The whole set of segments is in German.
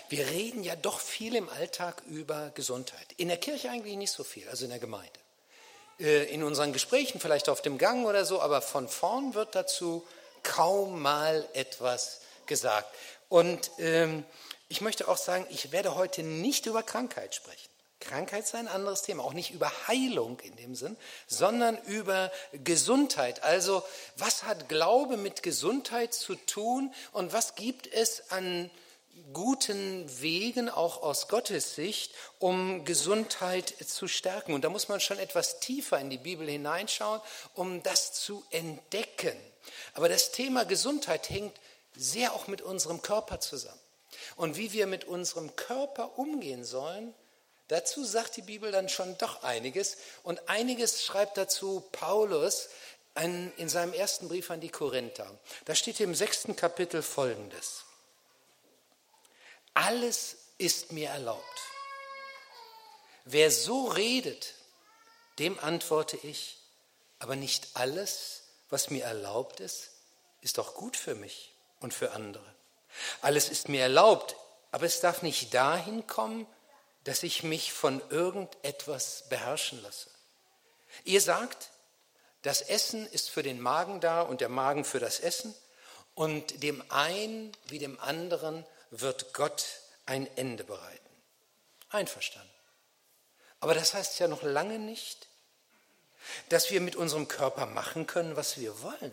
Wir reden ja doch viel im Alltag über Gesundheit. In der Kirche eigentlich nicht so viel, also in der Gemeinde. In unseren Gesprächen, vielleicht auf dem Gang oder so, aber von vorn wird dazu kaum mal etwas gesagt. Und ich möchte auch sagen, ich werde heute nicht über Krankheit sprechen. Krankheit ist ein anderes Thema, auch nicht über Heilung in dem Sinn, sondern über Gesundheit. Also was hat Glaube mit Gesundheit zu tun und was gibt es an guten Wegen, auch aus Gottes Sicht, um Gesundheit zu stärken? Und da muss man schon etwas tiefer in die Bibel hineinschauen, um das zu entdecken. Aber das Thema Gesundheit hängt sehr auch mit unserem Körper zusammen. Und wie wir mit unserem Körper umgehen sollen, dazu sagt die Bibel dann schon doch einiges. Und einiges schreibt dazu Paulus in seinem ersten Brief an die Korinther. Da steht im 6. Kapitel Folgendes: Alles ist mir erlaubt. Wer so redet, dem antworte ich, aber nicht alles, was mir erlaubt ist, ist auch gut für mich und für andere. Alles ist mir erlaubt, aber es darf nicht dahin kommen, dass ich mich von irgendetwas beherrschen lasse. Ihr sagt, das Essen ist für den Magen da und der Magen für das Essen, und dem einen wie dem anderen wird Gott ein Ende bereiten. Einverstanden. Aber das heißt ja noch lange nicht, dass wir mit unserem Körper machen können, was wir wollen.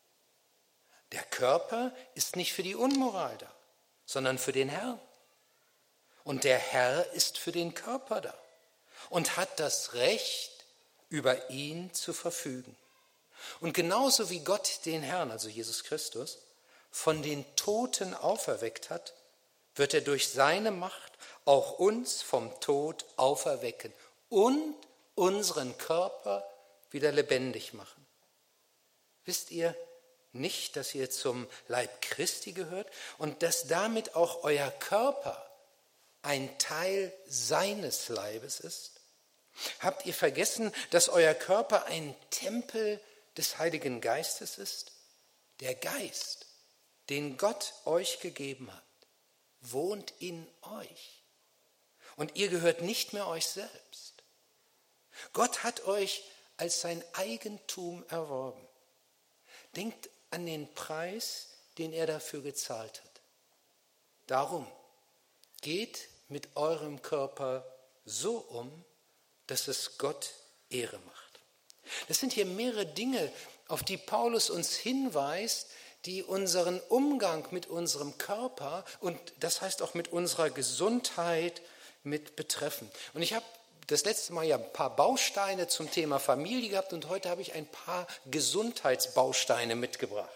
Der Körper ist nicht für die Unmoral da, sondern für den Herrn. Und der Herr ist für den Körper da und hat das Recht, über ihn zu verfügen. Und genauso wie Gott den Herrn, also Jesus Christus, von den Toten auferweckt hat, wird er durch seine Macht auch uns vom Tod auferwecken und unseren Körper wieder lebendig machen. Wisst ihr nicht, dass ihr zum Leib Christi gehört und dass damit auch euer Körper ein Teil seines Leibes ist? Habt ihr vergessen, dass euer Körper ein Tempel des Heiligen Geistes ist? Der Geist, den Gott euch gegeben hat, wohnt in euch. Und ihr gehört nicht mehr euch selbst. Gott hat euch als sein Eigentum erworben. Denkt an den Preis, den er dafür gezahlt hat. Darum geht mit eurem Körper so um, dass es Gott Ehre macht. Das sind hier mehrere Dinge, auf die Paulus uns hinweist, die unseren Umgang mit unserem Körper und das heißt auch mit unserer Gesundheit mit betreffen. Und ich habe das letzte Mal ja ein paar Bausteine zum Thema Familie gehabt und heute habe ich ein paar Gesundheitsbausteine mitgebracht.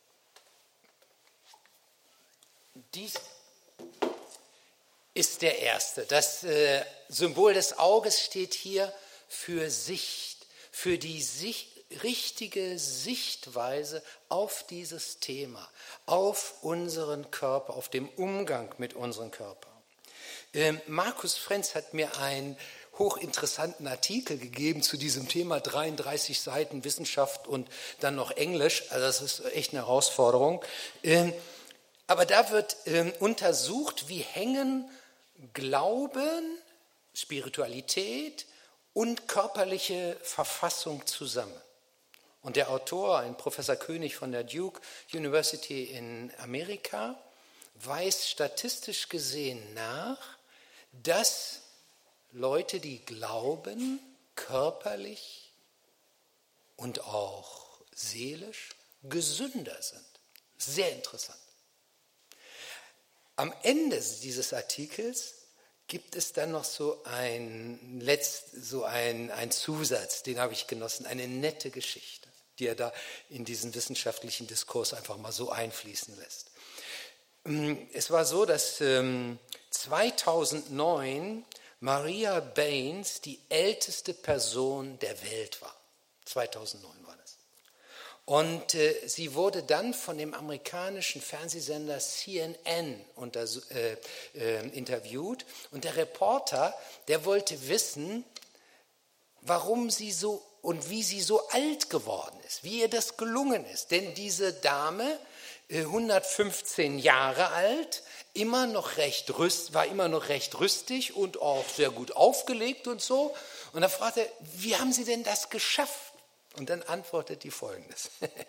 Dies ist der erste. Das Symbol des Auges steht hier für Sicht, für die richtige Sichtweise auf dieses Thema, auf unseren Körper, auf den Umgang mit unserem Körper. Markus Frenz hat mir einen hochinteressanten Artikel gegeben zu diesem Thema, 33 Seiten Wissenschaft und dann noch Englisch, also das ist echt eine Herausforderung. Aber da wird untersucht, wie hängen Glauben, Spiritualität und körperliche Verfassung zusammen. Und der Autor, ein Professor König von der Duke University in Amerika, weist statistisch gesehen nach, dass Leute, die glauben, körperlich und auch seelisch gesünder sind. Sehr interessant. Am Ende dieses Artikels gibt es dann noch so ein Zusatz, den habe ich genossen, eine nette Geschichte, die er da in diesen wissenschaftlichen Diskurs einfach mal so einfließen lässt. Es war so, dass 2009 Maria Baines die älteste Person der Welt war. 2009 war das. Und sie wurde dann von dem amerikanischen Fernsehsender CNN interviewt. Und der Reporter, der wollte wissen, warum sie so und wie sie so alt geworden ist, wie ihr das gelungen ist. Denn diese Dame, 115 Jahre alt, war immer noch recht rüstig und auch sehr gut aufgelegt und so. Und dann fragt er, wie haben Sie denn das geschafft? Und dann antwortet die Folgendes.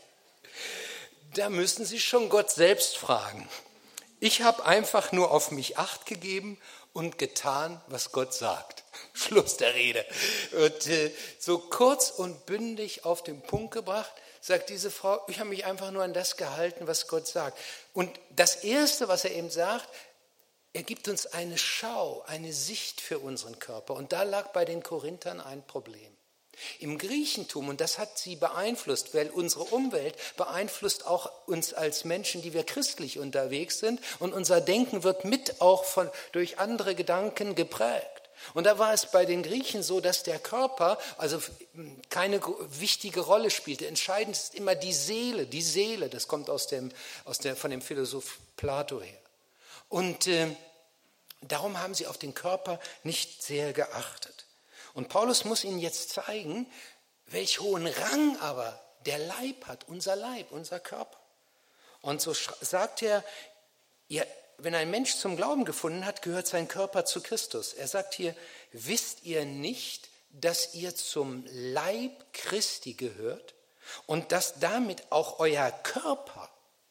Da müssen Sie schon Gott selbst fragen. Ich habe einfach nur auf mich Acht gegeben und getan, was Gott sagt. Schluss der Rede. Und so kurz und bündig auf den Punkt gebracht, sagt diese Frau, ich habe mich einfach nur an das gehalten, was Gott sagt. Und das Erste, was er eben sagt, er gibt uns eine Schau, eine Sicht für unseren Körper. Und da lag bei den Korinthern ein Problem. Im Griechentum, und das hat sie beeinflusst, weil unsere Umwelt beeinflusst auch uns als Menschen, die wir christlich unterwegs sind, und unser Denken wird mit auch durch andere Gedanken geprägt. Und da war es bei den Griechen so, dass der Körper also keine wichtige Rolle spielte. Entscheidend ist immer die Seele, das kommt von dem Philosoph Plato her. Und darum haben sie auf den Körper nicht sehr geachtet. Und Paulus muss ihnen jetzt zeigen, welch hohen Rang aber der Leib hat, unser Körper. Und so sagt er, wenn ein Mensch zum Glauben gefunden hat, gehört sein Körper zu Christus. Er sagt hier, wisst ihr nicht, dass ihr zum Leib Christi gehört und dass damit auch euer Körper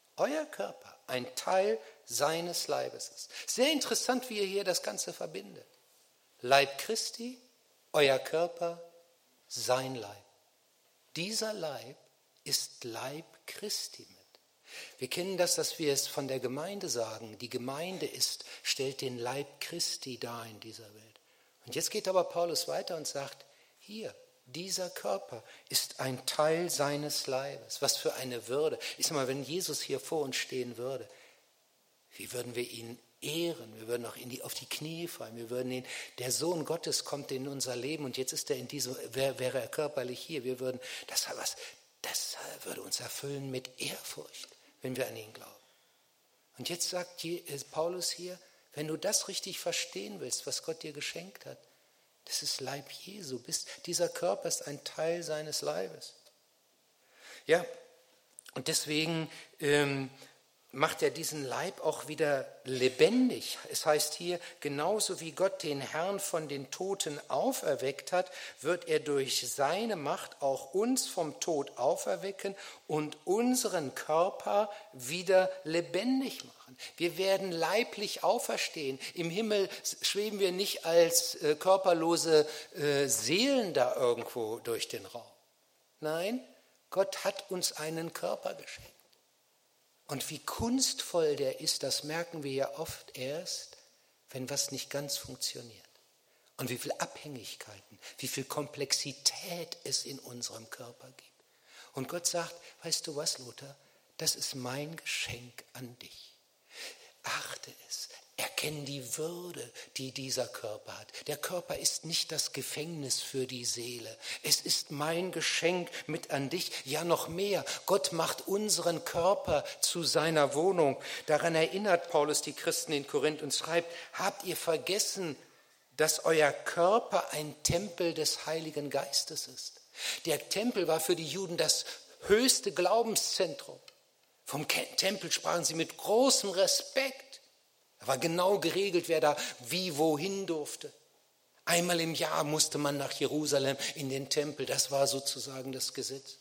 ein Teil seines Leibes ist. Sehr interessant, wie er hier das Ganze verbindet. Leib Christi, euer Körper, sein Leib. Dieser Leib ist Leib Christi mit. Wir kennen das, dass wir es von der Gemeinde sagen. Die Gemeinde stellt den Leib Christi dar in dieser Welt. Und jetzt geht aber Paulus weiter und sagt, hier, dieser Körper ist ein Teil seines Leibes. Was für eine Würde. Ich sag mal, wenn Jesus hier vor uns stehen würde, wie würden wir ihn ehren? Wir würden auch auf die Knie fallen. Wir würden der Sohn Gottes kommt in unser Leben und jetzt ist er wäre er körperlich hier. Das würde uns erfüllen mit Ehrfurcht, wenn wir an ihn glauben. Und jetzt sagt Paulus hier, wenn du das richtig verstehen willst, was Gott dir geschenkt hat, das ist Leib Jesu. Dieser Körper ist ein Teil seines Leibes. Ja, und deswegen macht er diesen Leib auch wieder lebendig. Es heißt hier, genauso wie Gott den Herrn von den Toten auferweckt hat, wird er durch seine Macht auch uns vom Tod auferwecken und unseren Körper wieder lebendig machen. Wir werden leiblich auferstehen. Im Himmel schweben wir nicht als körperlose Seelen da irgendwo durch den Raum. Nein, Gott hat uns einen Körper geschenkt. Und wie kunstvoll der ist, das merken wir ja oft erst, wenn was nicht ganz funktioniert. Und wie viel Abhängigkeiten, wie viel Komplexität es in unserem Körper gibt. Und Gott sagt, weißt du was, Lothar, das ist mein Geschenk an dich. Achte es. Erkenne die Würde, die dieser Körper hat. Der Körper ist nicht das Gefängnis für die Seele. Es ist mein Geschenk mit an dich. Ja, noch mehr. Gott macht unseren Körper zu seiner Wohnung. Daran erinnert Paulus die Christen in Korinth und schreibt, habt ihr vergessen, dass euer Körper ein Tempel des Heiligen Geistes ist? Der Tempel war für die Juden das höchste Glaubenszentrum. Vom Tempel sprachen sie mit großem Respekt. Da war genau geregelt, wer da wie wohin durfte. Einmal im Jahr musste man nach Jerusalem in den Tempel. Das war sozusagen das Gesetz.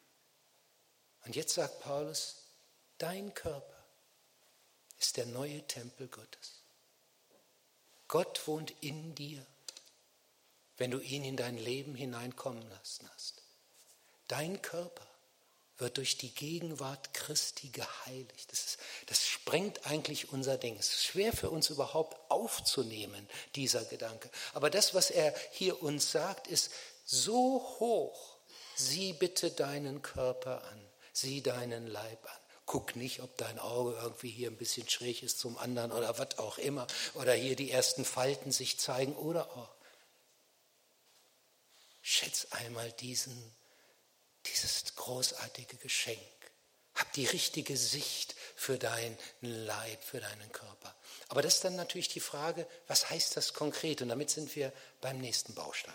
Und jetzt sagt Paulus, dein Körper ist der neue Tempel Gottes. Gott wohnt in dir, wenn du ihn in dein Leben hineinkommen lassen hast. Dein Körper wird durch die Gegenwart Christi geheiligt. Das sprengt eigentlich unser Ding. Es ist schwer für uns überhaupt aufzunehmen, dieser Gedanke. Aber das, was er hier uns sagt, ist so hoch. Sieh bitte deinen Körper an, sieh deinen Leib an. Guck nicht, ob dein Auge irgendwie hier ein bisschen schräg ist zum anderen oder was auch immer. Oder hier die ersten Falten sich zeigen oder auch. Schätz einmal dieses großartige Geschenk. Hab die richtige Sicht für deinen Leib, für deinen Körper. Aber das ist dann natürlich die Frage, was heißt das konkret? Und damit sind wir beim nächsten Baustein.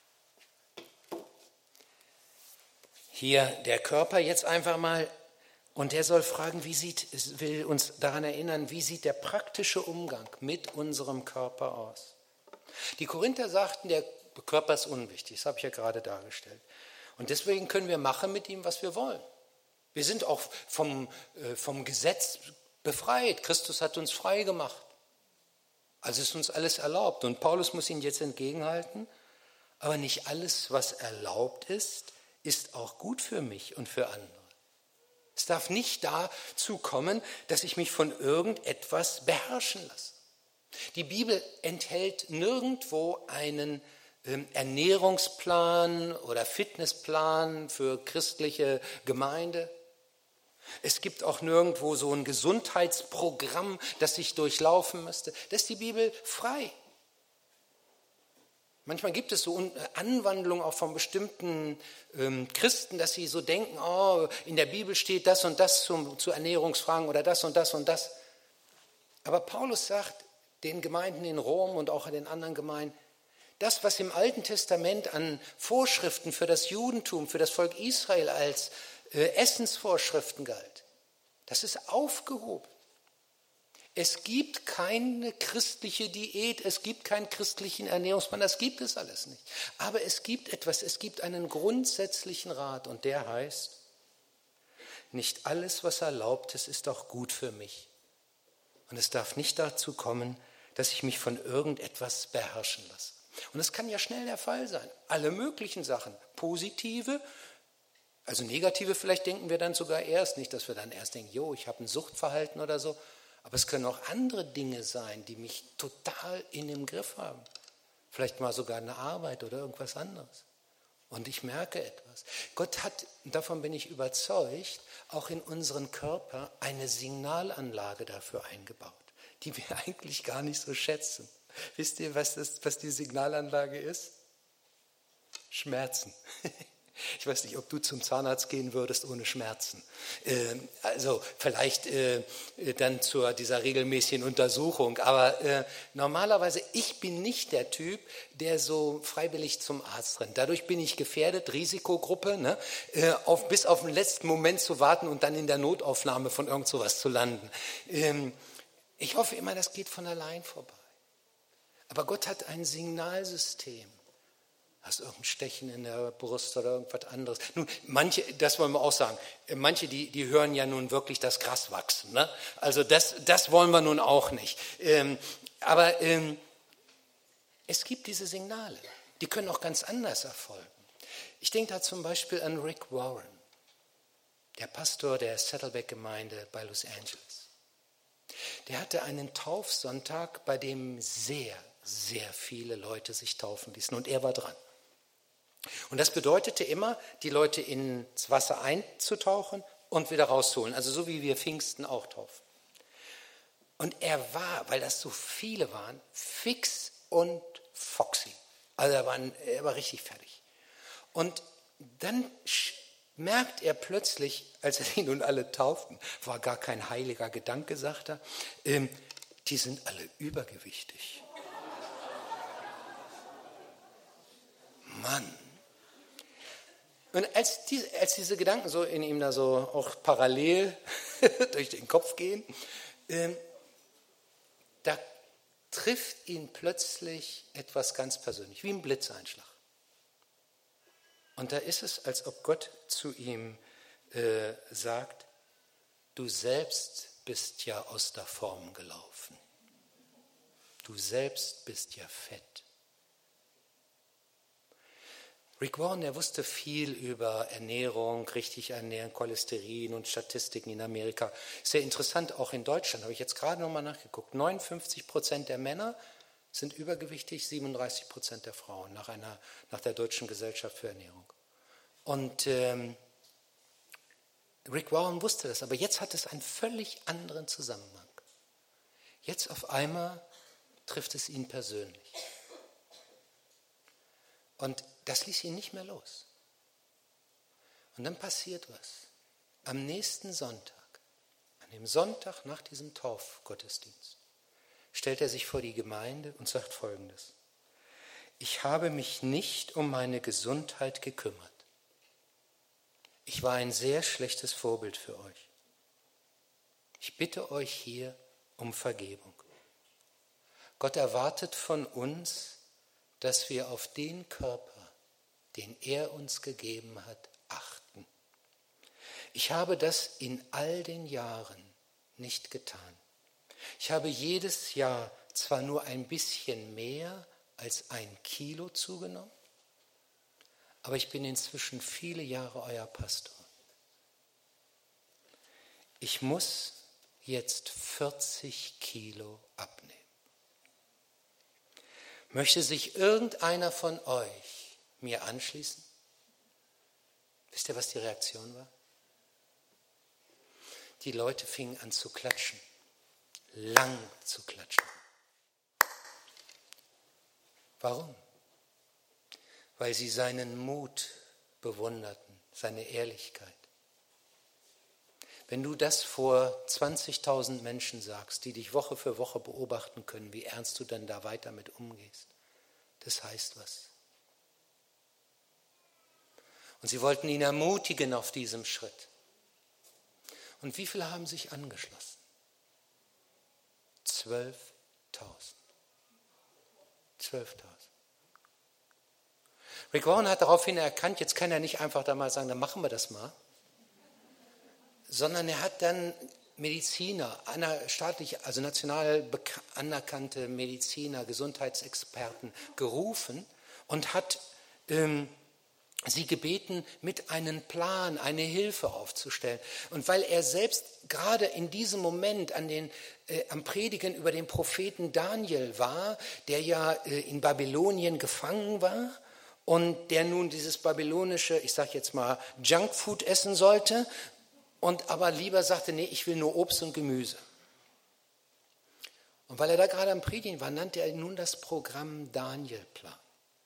Hier der Körper jetzt einfach mal Und er soll fragen, will uns daran erinnern, wie sieht der praktische Umgang mit unserem Körper aus? Die Korinther sagten, der Körper ist unwichtig, das habe ich ja gerade dargestellt. Und deswegen können wir machen mit ihm, was wir wollen. Wir sind auch vom Gesetz befreit. Christus hat uns frei gemacht. Also ist uns alles erlaubt. Und Paulus muss ihn jetzt entgegenhalten. Aber nicht alles, was erlaubt ist, ist auch gut für mich und für andere. Es darf nicht dazu kommen, dass ich mich von irgendetwas beherrschen lasse. Die Bibel enthält nirgendwo einen Ernährungsplan oder Fitnessplan für christliche Gemeinde. Es gibt auch nirgendwo so ein Gesundheitsprogramm, das ich durchlaufen müsste. Das ist die Bibel frei. Manchmal gibt es so Anwandlungen auch von bestimmten Christen, dass sie so denken, oh, in der Bibel steht das und das zu Ernährungsfragen oder das und das und das. Aber Paulus sagt den Gemeinden in Rom und auch in den anderen Gemeinden, das, was im Alten Testament an Vorschriften für das Judentum, für das Volk Israel als Essensvorschriften galt, das ist aufgehoben. Es gibt keine christliche Diät, es gibt keinen christlichen Ernährungsplan, das gibt es alles nicht. Aber es gibt etwas, es gibt einen grundsätzlichen Rat und der heißt, nicht alles, was erlaubt ist, ist auch gut für mich. Und es darf nicht dazu kommen, dass ich mich von irgendetwas beherrschen lasse. Und das kann ja schnell der Fall sein. Alle möglichen Sachen, positive, also negative vielleicht denken wir dann sogar erst, nicht, dass wir dann erst denken, ich habe ein Suchtverhalten oder so. Aber es können auch andere Dinge sein, die mich total in dem Griff haben. Vielleicht mal sogar eine Arbeit oder irgendwas anderes. Und ich merke etwas. Gott hat, davon bin ich überzeugt, auch in unseren Körper eine Signalanlage dafür eingebaut, die wir eigentlich gar nicht so schätzen. Wisst ihr, was die Signalanlage ist? Schmerzen. Ich weiß nicht, ob du zum Zahnarzt gehen würdest ohne Schmerzen. Also vielleicht dann zu dieser regelmäßigen Untersuchung. Aber normalerweise, ich bin nicht der Typ, der so freiwillig zum Arzt rennt. Dadurch bin ich gefährdet, Risikogruppe, ne? Bis auf den letzten Moment zu warten und dann in der Notaufnahme von irgend sowas zu landen. Ich hoffe immer, das geht von allein vorbei. Aber Gott hat ein Signalsystem. Hast du irgendein Stechen in der Brust oder irgendwas anderes? Nun, manche, das wollen wir auch sagen, manche, die hören ja nun wirklich das Gras wachsen. Ne? Also das wollen wir nun auch nicht. Aber es gibt diese Signale, die können auch ganz anders erfolgen. Ich denke da zum Beispiel an Rick Warren, der Pastor der Saddleback-Gemeinde bei Los Angeles. Der hatte einen Taufsonntag, bei dem sehr, sehr viele Leute sich taufen ließen und er war dran. Und das bedeutete immer, die Leute ins Wasser einzutauchen und wieder rauszuholen. Also so wie wir Pfingsten auch taufen. Und er war, weil das so viele waren, fix und foxy. Also er war richtig fertig. Und dann merkt er plötzlich, als er die nun alle tauften, war gar kein heiliger Gedanke, sagt er, die sind alle übergewichtig. Mann. Und als diese Gedanken so in ihm da so auch parallel durch den Kopf gehen, da trifft ihn plötzlich etwas ganz persönlich, wie ein Blitzeinschlag. Und da ist es, als ob Gott zu ihm sagt, du selbst bist ja aus der Form gelaufen. Du selbst bist ja fett. Rick Warren, der wusste viel über Ernährung, richtig ernähren, Cholesterin und Statistiken in Amerika. Sehr interessant, auch in Deutschland, habe ich jetzt gerade nochmal nachgeguckt. 59% der Männer sind übergewichtig, 37% der Frauen nach der Deutschen Gesellschaft für Ernährung. Und Rick Warren wusste das, aber jetzt hat es einen völlig anderen Zusammenhang. Jetzt auf einmal trifft es ihn persönlich. Und das ließ ihn nicht mehr los. Und dann passiert was. Am nächsten Sonntag, an dem Sonntag nach diesem Taufgottesdienst, stellt er sich vor die Gemeinde und sagt Folgendes: Ich habe mich nicht um meine Gesundheit gekümmert. Ich war ein sehr schlechtes Vorbild für euch. Ich bitte euch hier um Vergebung. Gott erwartet von uns, dass wir auf den Körper, den er uns gegeben hat, achten. Ich habe das in all den Jahren nicht getan. Ich habe jedes Jahr zwar nur ein bisschen mehr als 1 Kilo zugenommen, aber ich bin inzwischen viele Jahre euer Pastor. Ich muss jetzt 40 Kilo abnehmen. Möchte sich irgendeiner von euch mir anschließen? Wisst ihr, was die Reaktion war? Die Leute fingen an zu klatschen, lang zu klatschen. Warum? Weil sie seinen Mut bewunderten, seine Ehrlichkeit. Wenn du das vor 20.000 Menschen sagst, die dich Woche für Woche beobachten können, wie ernst du denn da weiter mit umgehst, das heißt was. Und sie wollten ihn ermutigen auf diesem Schritt. Und wie viele haben sich angeschlossen? 12.000. 12.000. Rick Warren hat daraufhin erkannt, jetzt kann er nicht einfach da mal sagen, dann machen wir das mal. Sondern er hat dann Mediziner, staatlich, also national anerkannte Mediziner, Gesundheitsexperten gerufen und hat sie gebeten, mit einem Plan eine Hilfe aufzustellen. Und weil er selbst gerade in diesem Moment am Predigen über den Propheten Daniel war, der ja in Babylonien gefangen war und der nun dieses babylonische, ich sage jetzt mal, Junkfood essen sollte und aber lieber sagte, nee, ich will nur Obst und Gemüse. Und weil er da gerade am Predigen war, nannte er nun das Programm Daniel-Plan.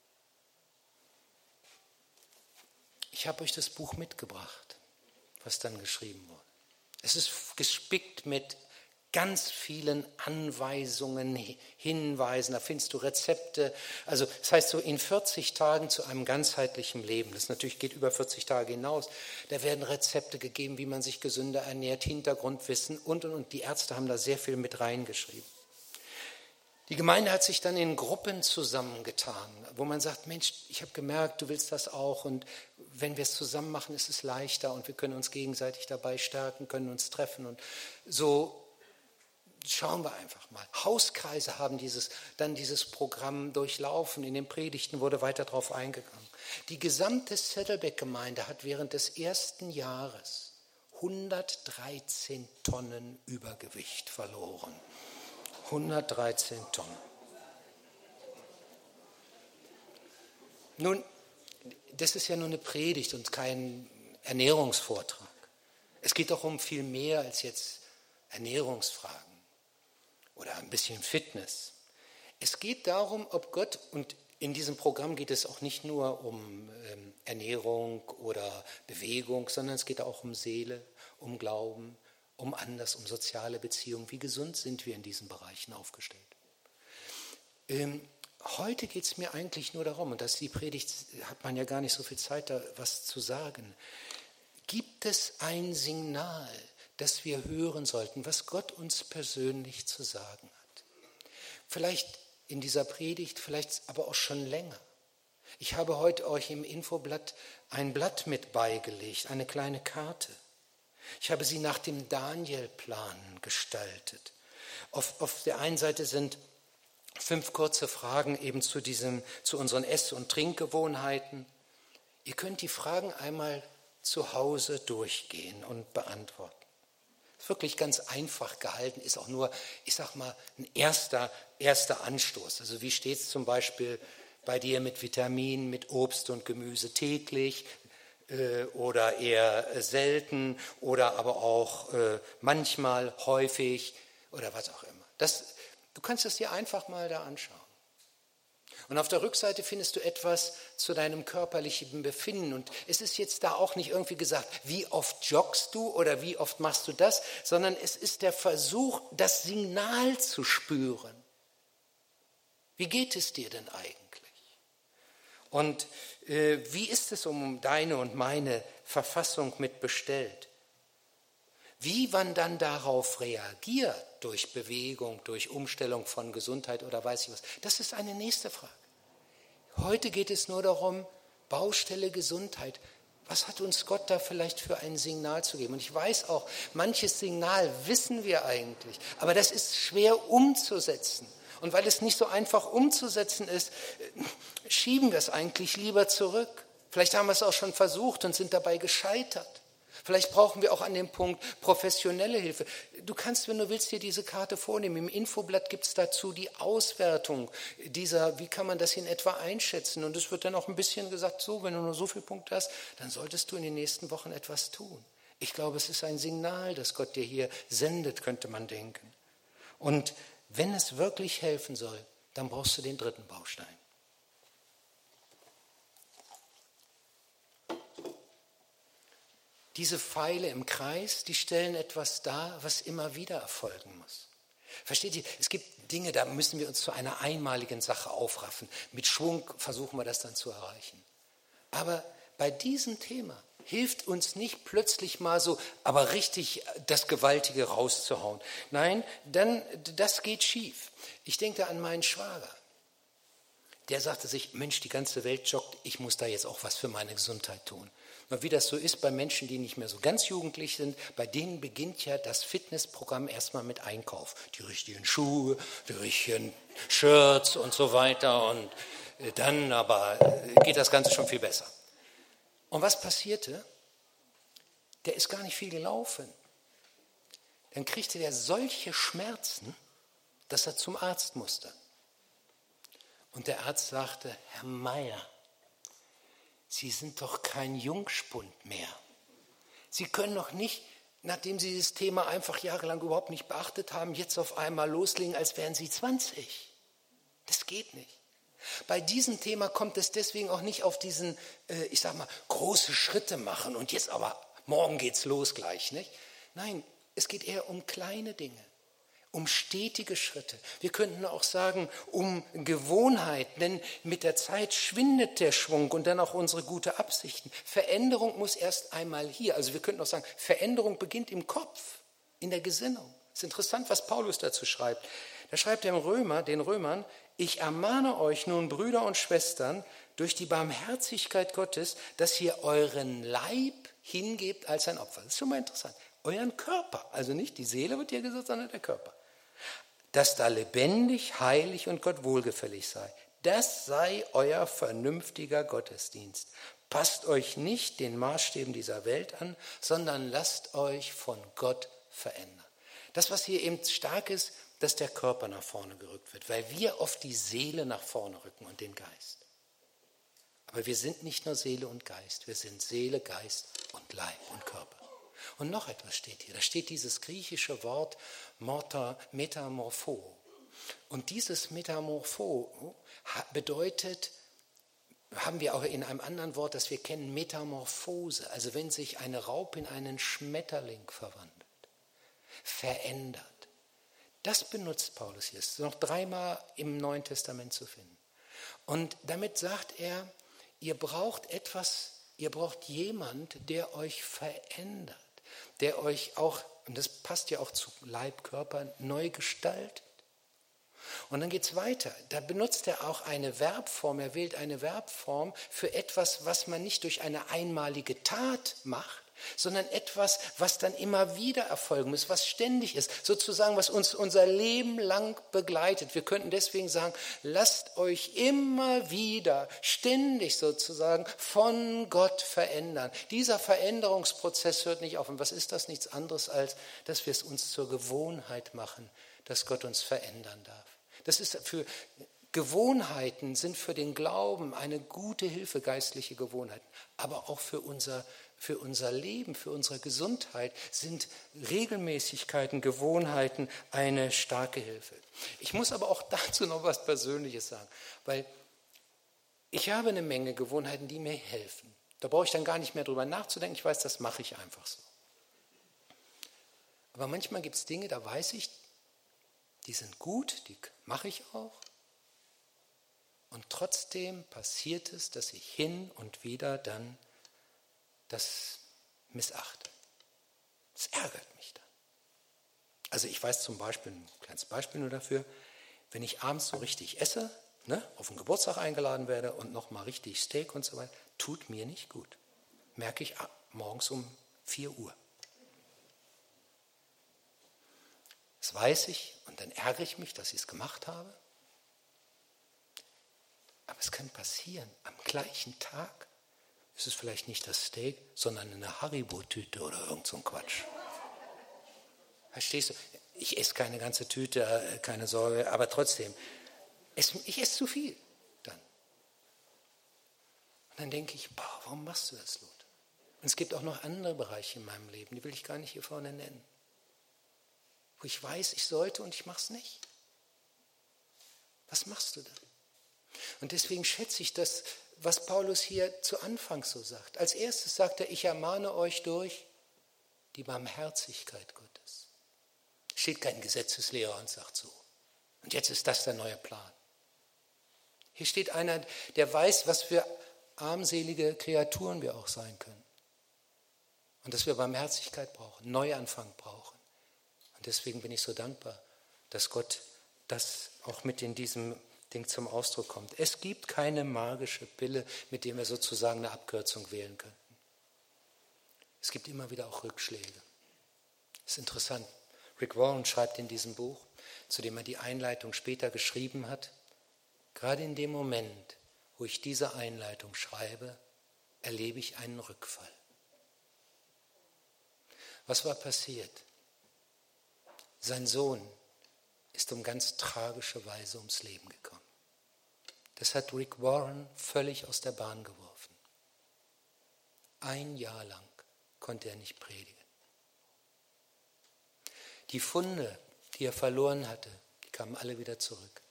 Ich habe euch das Buch mitgebracht, was dann geschrieben wurde. Es ist gespickt mit ganz vielen Anweisungen, Hinweisen, da findest du Rezepte. Also das heißt so in 40 Tagen zu einem ganzheitlichen Leben. Das natürlich geht über 40 Tage hinaus. Da werden Rezepte gegeben, wie man sich gesünder ernährt, Hintergrundwissen und. Die Ärzte haben da sehr viel mit reingeschrieben. Die Gemeinde hat sich dann in Gruppen zusammengetan, wo man sagt, Mensch, ich habe gemerkt, du willst das auch und wenn wir es zusammen machen, ist es leichter und wir können uns gegenseitig dabei stärken, können uns treffen und so schauen wir einfach mal. Hauskreise haben dieses Programm durchlaufen, in den Predigten wurde weiter darauf eingegangen. Die gesamte Saddleback-Gemeinde hat während des ersten Jahres 113 Tonnen Übergewicht verloren. 113 Tonnen. Nun, das ist ja nur eine Predigt und kein Ernährungsvortrag. Es geht doch um viel mehr als jetzt Ernährungsfragen oder ein bisschen Fitness. Es geht darum, ob Gott, und in diesem Programm geht es auch nicht nur um Ernährung oder Bewegung, sondern es geht auch um Seele, um Glauben, um soziale Beziehungen. Wie gesund sind wir in diesen Bereichen aufgestellt? Heute geht es mir eigentlich nur darum, und das ist die Predigt, hat man ja gar nicht so viel Zeit, da was zu sagen. Gibt es ein Signal, das wir hören sollten, was Gott uns persönlich zu sagen hat? Vielleicht in dieser Predigt, vielleicht aber auch schon länger. Ich habe heute euch im Infoblatt ein Blatt mit beigelegt, eine kleine Karte. Ich habe sie nach dem Daniel-Plan gestaltet. Auf der einen Seite sind 5 kurze Fragen eben zu unseren Ess- und Trinkgewohnheiten. Ihr könnt die Fragen einmal zu Hause durchgehen und beantworten. Ist wirklich ganz einfach gehalten, ist auch nur, ich sag mal, ein erster Anstoß. Also wie steht es zum Beispiel bei dir mit Vitaminen, mit Obst und Gemüse täglich? Oder eher selten oder aber auch manchmal, häufig oder was auch immer. Du kannst es dir einfach mal da anschauen. Und auf der Rückseite findest du etwas zu deinem körperlichen Befinden. Und es ist jetzt da auch nicht irgendwie gesagt, wie oft joggst du oder wie oft machst du das, sondern es ist der Versuch, das Signal zu spüren. Wie geht es dir denn eigentlich? Und wie ist es um deine und meine Verfassung mit bestellt? Wie man dann darauf reagiert, durch Bewegung, durch Umstellung von Gesundheit oder weiß ich was, das ist eine nächste Frage. Heute geht es nur darum, Baustelle Gesundheit. Was hat uns Gott da vielleicht für ein Signal zu geben? Und ich weiß auch, manches Signal wissen wir eigentlich, aber das ist schwer umzusetzen. Und weil es nicht so einfach umzusetzen ist, schieben wir es eigentlich lieber zurück. Vielleicht haben wir es auch schon versucht und sind dabei gescheitert. Vielleicht brauchen wir auch an dem Punkt professionelle Hilfe. Du kannst, wenn du willst, dir diese Karte vornehmen. Im Infoblatt gibt es dazu die Auswertung dieser, wie kann man das in etwa einschätzen. Und es wird dann auch ein bisschen gesagt, so, wenn du nur so viele Punkte hast, dann solltest du in den nächsten Wochen etwas tun. Ich glaube, es ist ein Signal, das Gott dir hier sendet, könnte man denken. Und wenn es wirklich helfen soll, dann brauchst du den dritten Baustein. Diese Pfeile im Kreis, die stellen etwas dar, was immer wieder erfolgen muss. Versteht ihr? Es gibt Dinge, da müssen wir uns zu einer einmaligen Sache aufraffen. Mit Schwung versuchen wir das dann zu erreichen. Aber bei diesem Thema hilft uns nicht plötzlich mal so, aber richtig das Gewaltige rauszuhauen. Nein, dann, das geht schief. Ich denke an meinen Schwager. Der sagte sich, Mensch, die ganze Welt joggt, ich muss da jetzt auch was für meine Gesundheit tun. Und wie das so ist bei Menschen, die nicht mehr so ganz jugendlich sind, bei denen beginnt ja das Fitnessprogramm erstmal mit Einkauf. Die richtigen Schuhe, die richtigen Shirts und so weiter. Und dann aber geht das Ganze schon viel besser. Und was passierte? Der ist gar nicht viel gelaufen. Dann kriegte der solche Schmerzen, dass er zum Arzt musste. Und der Arzt sagte, Herr Meier, Sie sind doch kein Jungspund mehr. Sie können doch nicht, nachdem Sie dieses Thema einfach jahrelang überhaupt nicht beachtet haben, jetzt auf einmal loslegen, als wären Sie 20. Das geht nicht. Bei diesem Thema kommt es deswegen auch nicht auf diesen, ich sag mal, große Schritte machen und jetzt aber, morgen geht's los gleich, nicht? Nein, es geht eher um kleine Dinge. Um stetige Schritte. Wir könnten auch sagen, um Gewohnheit, denn mit der Zeit schwindet der Schwung und dann auch unsere gute Absichten. Veränderung muss erst einmal hier, also wir könnten auch sagen, Veränderung beginnt im Kopf, in der Gesinnung. Es ist interessant, was Paulus dazu schreibt. Da schreibt er den Römern, ich ermahne euch nun, Brüder und Schwestern, durch die Barmherzigkeit Gottes, dass ihr euren Leib hingebt als ein Opfer. Das ist schon mal interessant. Euren Körper, also nicht die Seele wird hier gesagt, sondern der Körper. Dass da lebendig, heilig und Gott wohlgefällig sei. Das sei euer vernünftiger Gottesdienst. Passt euch nicht den Maßstäben dieser Welt an, sondern lasst euch von Gott verändern. Das, was hier eben stark ist, dass der Körper nach vorne gerückt wird, weil wir oft die Seele nach vorne rücken und den Geist. Aber wir sind nicht nur Seele und Geist, wir sind Seele, Geist und Leib und Körper. Und noch etwas steht hier, da steht dieses griechische Wort Metamorpho. Und dieses Metamorpho bedeutet, haben wir auch in einem anderen Wort, das wir kennen, Metamorphose, also wenn sich eine Raupe in einen Schmetterling verwandelt, verändert. Das benutzt Paulus hier, ist noch 3-mal im Neuen Testament zu finden. Und damit sagt er, ihr braucht etwas, ihr braucht jemand, der euch verändert, der euch auch, und das passt ja auch zu Leib, Körper, neu gestaltet. Und dann geht es weiter. Da benutzt er auch eine Verbform, er wählt eine Verbform für etwas, was man nicht durch eine einmalige Tat macht, sondern etwas, was dann immer wieder erfolgen muss, was ständig ist, sozusagen, was uns unser Leben lang begleitet. Wir könnten deswegen sagen, lasst euch immer wieder, ständig sozusagen, von Gott verändern. Dieser Veränderungsprozess hört nicht auf. Und was ist das? Nichts anderes, als dass wir es uns zur Gewohnheit machen, dass Gott uns verändern darf. Das ist für Gewohnheiten, sind für den Glauben eine gute Hilfe, geistliche Gewohnheiten, aber auch für unser Leben, für unsere Gesundheit sind Regelmäßigkeiten, Gewohnheiten eine starke Hilfe. Ich muss aber auch dazu noch was Persönliches sagen, weil ich habe eine Menge Gewohnheiten, die mir helfen. Da brauche ich dann gar nicht mehr drüber nachzudenken, ich weiß, das mache ich einfach so. Aber manchmal gibt es Dinge, da weiß ich, die sind gut, die mache ich auch. Und trotzdem passiert es, dass ich hin und wieder dann das missachte. Das ärgert mich dann. Also ich weiß zum Beispiel, ein kleines Beispiel nur dafür, wenn ich abends so richtig esse, auf den Geburtstag eingeladen werde und nochmal richtig Steak und so weiter, tut mir nicht gut. Merke ich morgens um 4 Uhr. Das weiß ich und dann ärgere ich mich, dass ich es gemacht habe. Aber es kann passieren, am gleichen Tag ist es vielleicht nicht das Steak, sondern eine Haribo-Tüte oder irgend so ein Quatsch. Verstehst du? Ich esse keine ganze Tüte, keine Sorge, aber trotzdem, ich esse zu viel dann. Und dann denke ich, warum machst du das, Lothar? Und es gibt auch noch andere Bereiche in meinem Leben, die will ich gar nicht hier vorne nennen. Wo ich weiß, ich sollte und ich mache es nicht. Was machst du dann? Und deswegen schätze ich das, was Paulus hier zu Anfang so sagt. Als erstes sagt er, ich ermahne euch durch die Barmherzigkeit Gottes. Steht kein Gesetzeslehrer und sagt so. Und jetzt ist das der neue Plan. Hier steht einer, der weiß, was für armselige Kreaturen wir auch sein können. Und dass wir Barmherzigkeit brauchen, Neuanfang brauchen. Und deswegen bin ich so dankbar, dass Gott das auch mit in diesem Ding zum Ausdruck kommt. Es gibt keine magische Pille, mit der wir sozusagen eine Abkürzung wählen könnten. Es gibt immer wieder auch Rückschläge. Das ist interessant. Rick Warren schreibt in diesem Buch, zu dem er die Einleitung später geschrieben hat, gerade in dem Moment, wo ich diese Einleitung schreibe, erlebe ich einen Rückfall. Was war passiert? Sein Sohn ist um ganz tragische Weise ums Leben gekommen. Das hat Rick Warren völlig aus der Bahn geworfen. 1 Jahr lang konnte er nicht predigen. Die Funde, die er verloren hatte, die kamen alle wieder zurück.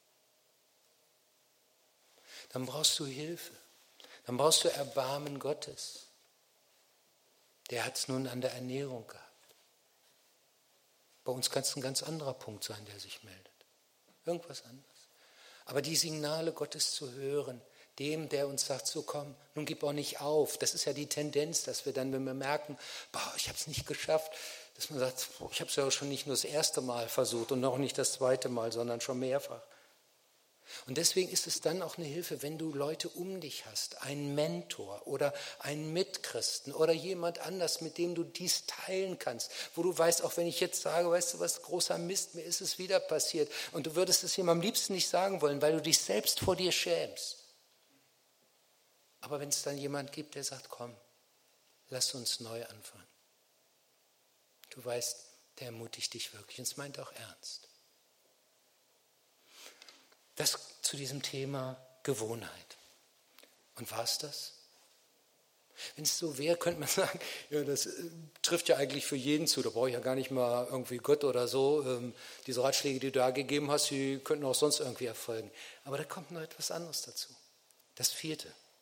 Dann brauchst du Hilfe. Dann brauchst du Erbarmen Gottes. Der hat es nun an der Ernährung gehabt. Bei uns kann es ein ganz anderer Punkt sein, der sich meldet. Irgendwas anderes. Aber die Signale Gottes zu hören, dem, der uns sagt, so komm, nun gib auch nicht auf. Das ist ja die Tendenz, dass wir dann, wenn wir merken, ich habe es nicht geschafft, dass man sagt, ich habe es ja schon nicht nur das erste Mal versucht und noch nicht das zweite Mal, sondern schon mehrfach. Und deswegen ist es dann auch eine Hilfe, wenn du Leute um dich hast, einen Mentor oder einen Mitchristen oder jemand anders, mit dem du dies teilen kannst, wo du weißt, auch wenn ich jetzt sage, weißt du was, großer Mist, mir ist es wieder passiert und du würdest es ihm am liebsten nicht sagen wollen, weil du dich selbst vor dir schämst. Aber wenn es dann jemand gibt, der sagt, komm, lass uns neu anfangen. Du weißt, der ermutigt dich wirklich und es meint auch ernst. Das zu diesem Thema Gewohnheit. Und war es das? Wenn es so wäre, könnte man sagen, ja, das trifft ja eigentlich für jeden zu. Da brauche ich ja gar nicht mal irgendwie Gott oder so. Diese Ratschläge, die du da gegeben hast, die könnten auch sonst irgendwie erfolgen. Aber da kommt noch etwas anderes dazu. Das 4.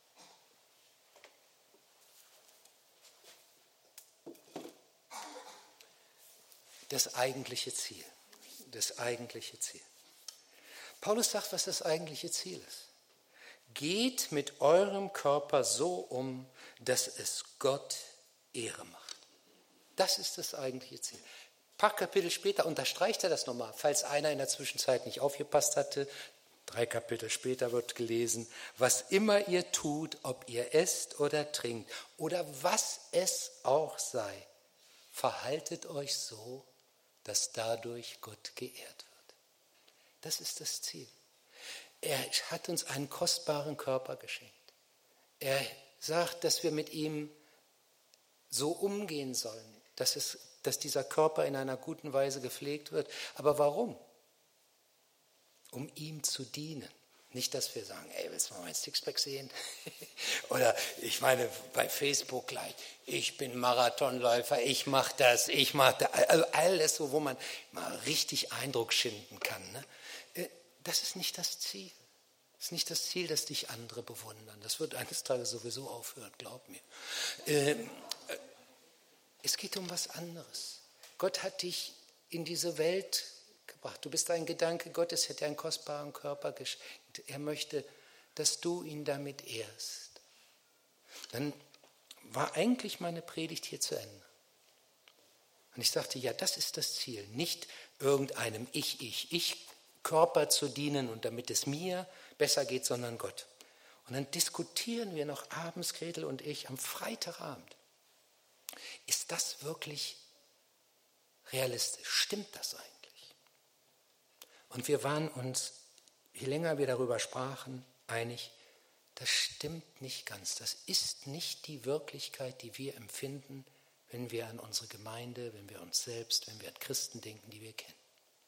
Das eigentliche Ziel. Das eigentliche Ziel. Paulus sagt, was das eigentliche Ziel ist. Geht mit eurem Körper so um, dass es Gott Ehre macht. Das ist das eigentliche Ziel. Ein paar Kapitel später unterstreicht er das nochmal, falls einer in der Zwischenzeit nicht aufgepasst hatte. 3 Kapitel später wird gelesen, was immer ihr tut, ob ihr esst oder trinkt oder was es auch sei, verhaltet euch so, dass dadurch Gott geehrt wird. Das ist das Ziel. Er hat uns einen kostbaren Körper geschenkt. Er sagt, dass wir mit ihm so umgehen sollen, dass dieser Körper in einer guten Weise gepflegt wird. Aber warum? Um ihm zu dienen. Nicht, dass wir sagen, willst du mal mein Sixpack sehen? Oder ich meine, bei Facebook gleich, ich bin Marathonläufer, ich mache das, also alles so, wo man mal richtig Eindruck schinden kann. Ne? Das ist nicht das Ziel. Das ist nicht das Ziel, dass dich andere bewundern. Das wird eines Tages sowieso aufhören, glaub mir. Es geht um was anderes. Gott hat dich in diese Welt gebracht. Du bist ein Gedanke Gottes, hat dir einen kostbaren Körper geschenkt. Er möchte, dass du ihn damit ehrst. Dann war eigentlich meine Predigt hier zu Ende. Und ich sagte, ja, das ist das Ziel, nicht irgendeinem Ich-Körper zu dienen und damit es mir besser geht, sondern Gott. Und dann diskutieren wir noch abends, Gretel und ich, am Freitagabend. Ist das wirklich realistisch? Stimmt das eigentlich? Und wir waren uns, je länger wir darüber sprachen, einig, das stimmt nicht ganz. Das ist nicht die Wirklichkeit, die wir empfinden, wenn wir an unsere Gemeinde, wenn wir uns selbst, wenn wir an Christen denken, die wir kennen.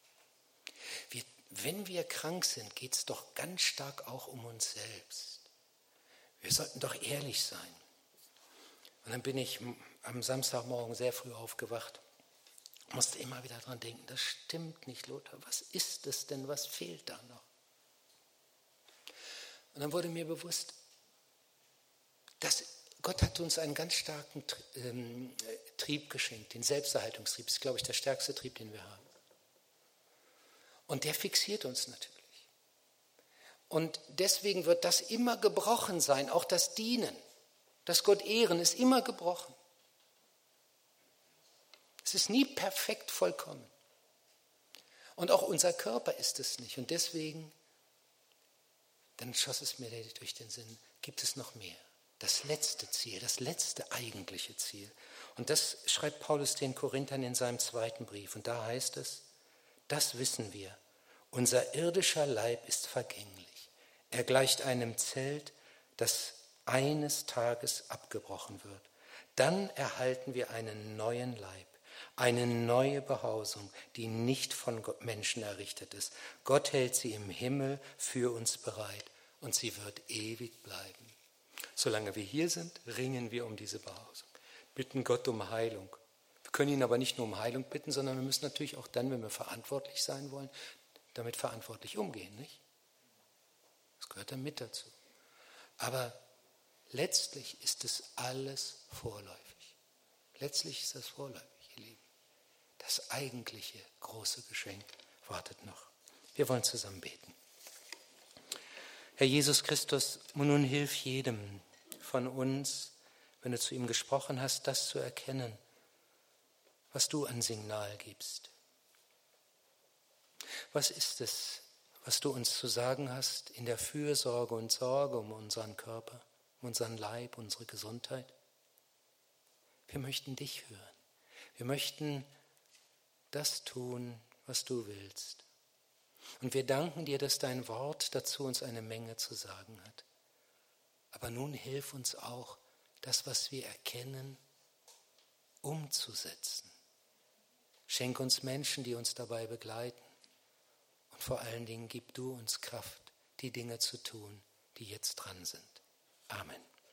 Wenn wir krank sind, geht es doch ganz stark auch um uns selbst. Wir sollten doch ehrlich sein. Und dann bin ich am Samstagmorgen sehr früh aufgewacht, musste immer wieder dran denken, das stimmt nicht, Lothar, was ist es denn, was fehlt da noch? Und dann wurde mir bewusst, dass Gott hat uns einen ganz starken Trieb geschenkt, den Selbsterhaltungstrieb, das ist, glaube ich, der stärkste Trieb, den wir haben. Und der fixiert uns natürlich. Und deswegen wird das immer gebrochen sein, auch das Dienen, das Gott ehren ist immer gebrochen. Es ist nie perfekt vollkommen. Und auch unser Körper ist es nicht. Und deswegen, dann schoss es mir durch den Sinn, gibt es noch mehr. Das letzte Ziel, das letzte eigentliche Ziel. Und das schreibt Paulus den Korinthern in seinem 2. Brief. Und da heißt es, das wissen wir, unser irdischer Leib ist vergänglich. Er gleicht einem Zelt, das eines Tages abgebrochen wird. Dann erhalten wir einen neuen Leib, eine neue Behausung, die nicht von Menschen errichtet ist. Gott hält sie im Himmel für uns bereit und sie wird ewig bleiben. Solange wir hier sind, ringen wir um diese Behausung, bitten Gott um Heilung. Wir können ihn aber nicht nur um Heilung bitten, sondern wir müssen natürlich auch dann, wenn wir verantwortlich sein wollen, damit verantwortlich umgehen, nicht? Das gehört dann mit dazu. Aber letztlich ist es alles vorläufig. Letztlich ist das vorläufig, ihr Lieben. Das eigentliche große Geschenk wartet noch. Wir wollen zusammen beten. Herr Jesus Christus, nun hilf jedem von uns, wenn du zu ihm gesprochen hast, das zu erkennen, was du an Signal gibst. Was ist es, was du uns zu sagen hast in der Fürsorge und Sorge um unseren Körper, um unseren Leib, unsere Gesundheit? Wir möchten dich hören. Wir möchten das tun, was du willst. Und wir danken dir, dass dein Wort dazu uns eine Menge zu sagen hat. Aber nun hilf uns auch, das, was wir erkennen, umzusetzen. Schenk uns Menschen, die uns dabei begleiten. Und vor allen Dingen gib du uns Kraft, die Dinge zu tun, die jetzt dran sind. Amen.